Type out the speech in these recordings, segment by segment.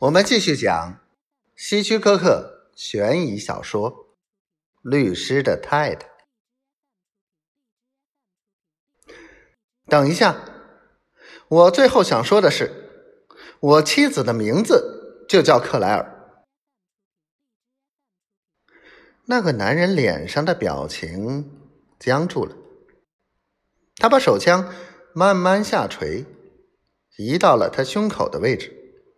我们继续讲希区柯克悬疑小说《律师的太太》。等一下，我最后想说的是，我妻子的名字就叫克莱尔。那个男人脸上的表情僵住了，他把手枪慢慢下垂，移到了他胸口的位置。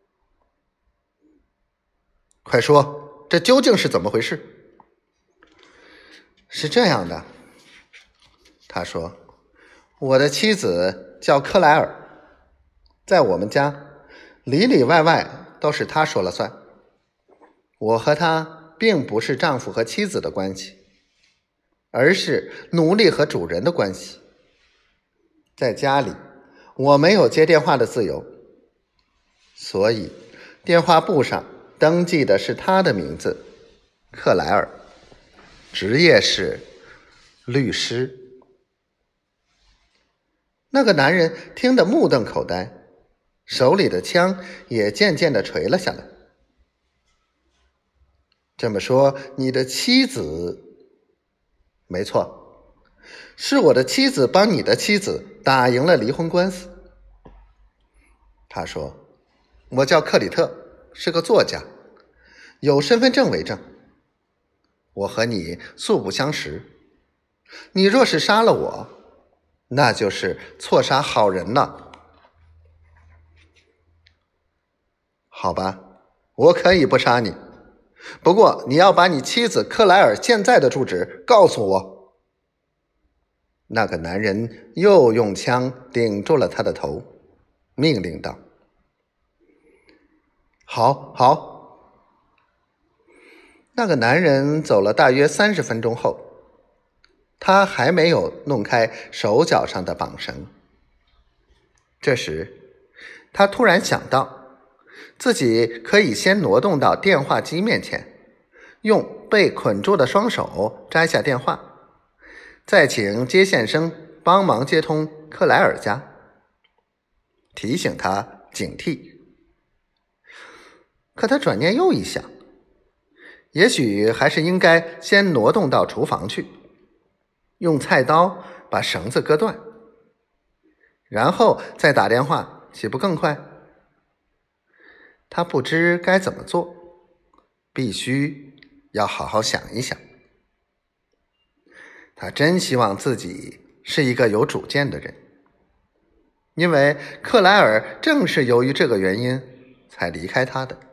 快说，这究竟是怎么回事？是这样的，他说，我的妻子叫克莱尔，在我们家里里外外都是她说了算。我和她并不是丈夫和妻子的关系，而是奴隶和主人的关系。在家里，我没有接电话的自由，所以电话簿上登记的是她的名字，克莱尔，职业是律师。那个男人听得目瞪口呆，手里的枪也渐渐地垂了下来。这么说，你的妻子……没错，是我的妻子帮你的妻子打赢了离婚官司。他说，我叫克里特，是个作家，有身份证为证。我和你素不相识，你若是杀了我，那就是错杀好人了。好吧，我可以不杀你，不过你要把你妻子克莱尔现在的住址告诉我。那个男人又用枪顶住了他的头，命令道：好好。那个男人走了大约30分钟后，他还没有弄开手脚上的绑绳。这时他突然想到，自己可以先挪动到电话机面前，用被捆住的双手摘下电话，再请接线生帮忙接通克莱尔家，提醒他警惕。可他转念又一想，也许还是应该先挪动到厨房去，用菜刀把绳子割断，然后再打电话，岂不更快？他不知该怎么做，必须要好好想一想。他真希望自己是一个有主见的人，因为克莱尔正是由于这个原因才离开他的。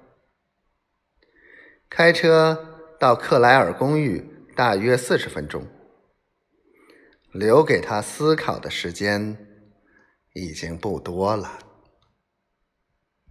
开车到克莱尔公寓大约40分钟，留给他思考的时间已经不多了。